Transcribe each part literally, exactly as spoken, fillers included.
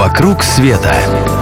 «Вокруг света»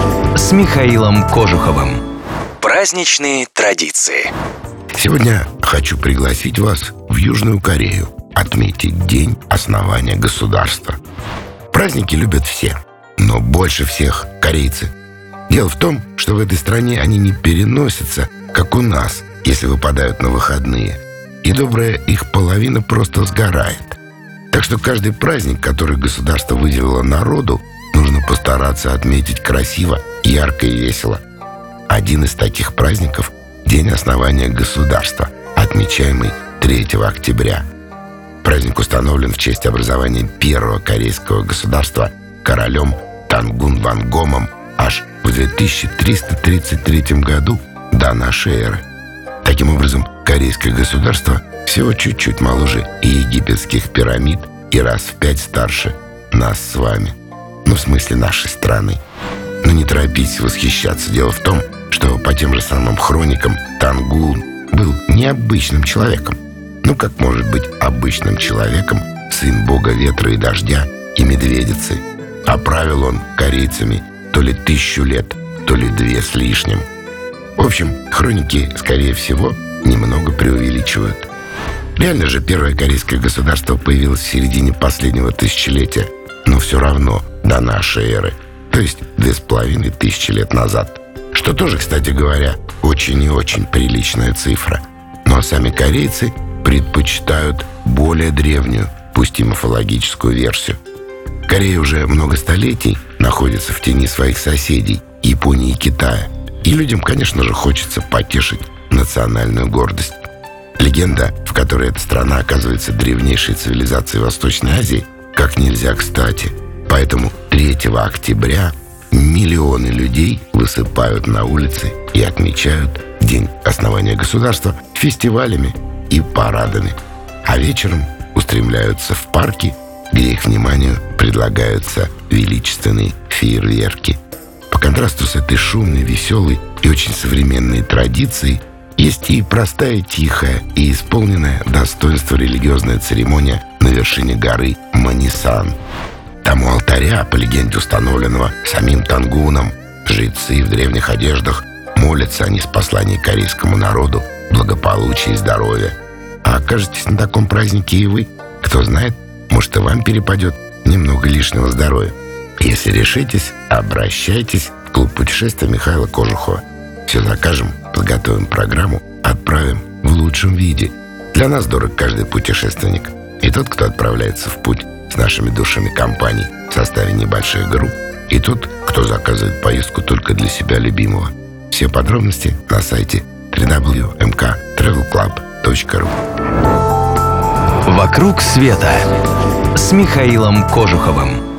с Михаилом Кожуховым. Праздничные традиции. Сегодня хочу пригласить вас в Южную Корею отметить день основания государства. Праздники любят все, но больше всех корейцы. Дело в том, что в этой стране они не переносятся, как у нас, если выпадают на выходные. И добрая их половина просто сгорает. Так что каждый праздник, который государство выделило народу, нужно постараться отметить красиво, ярко и весело. Один из таких праздников – День основания государства, отмечаемый третьего октября. Праздник установлен в честь образования первого корейского государства королем Тангун Вангомом аж в две тысячи триста тридцать третьем году до нашей эры. Таким образом, корейское государство всего чуть-чуть моложе и египетских пирамид, и раз в пять старше нас с вами. Ну, в смысле нашей страны. Но не торопитесь восхищаться. Дело в том, что по тем же самым хроникам Тангун был необычным человеком. Ну, как может быть обычным человеком сын бога ветра и дождя и медведицы? А правил он корейцами то ли тысячу лет, то ли две с лишним. В общем, хроники, скорее всего, немного преувеличивают. Реально же первое корейское государство появилось в середине последнего тысячелетия, но все равно до нашей эры, то есть две с половиной тысячи лет назад. Что тоже, кстати говоря, очень и очень приличная цифра. Но сами корейцы предпочитают более древнюю, пусть и мифологическую версию. Корея уже много столетий находится в тени своих соседей – Японии и Китая. И людям, конечно же, хочется потешить национальную гордость. Легенда, в которой эта страна оказывается древнейшей цивилизацией Восточной Азии, как нельзя кстати. Поэтому третьего октября миллионы людей высыпают на улицы и отмечают День основания государства фестивалями и парадами. А вечером устремляются в парки, где их вниманию предлагаются величественные фейерверки. По контрасту с этой шумной, веселой и очень современной традицией есть и простая, тихая и исполненная достоинства религиозная церемония на вершине горы Манисан. Там у алтаря, по легенде установленного самим Тангуном, жрецы в древних одеждах молятся о ниспослании корейскому народу благополучия и здоровья. А окажетесь на таком празднике и вы, кто знает, может и вам перепадет немного лишнего здоровья. Если решитесь, обращайтесь в клуб путешествия Михаила Кожухова. Все закажем, подготовим программу, отправим в лучшем виде. Для нас дорог каждый путешественник. И тот, кто отправляется в путь с нашими душами компаний в составе небольших групп, и тот, кто заказывает поездку только для себя любимого. Все подробности на сайте дабл ю дабл ю дабл ю точка эм ка трэвел клаб точка ру. «Вокруг света» с Михаилом Кожуховым.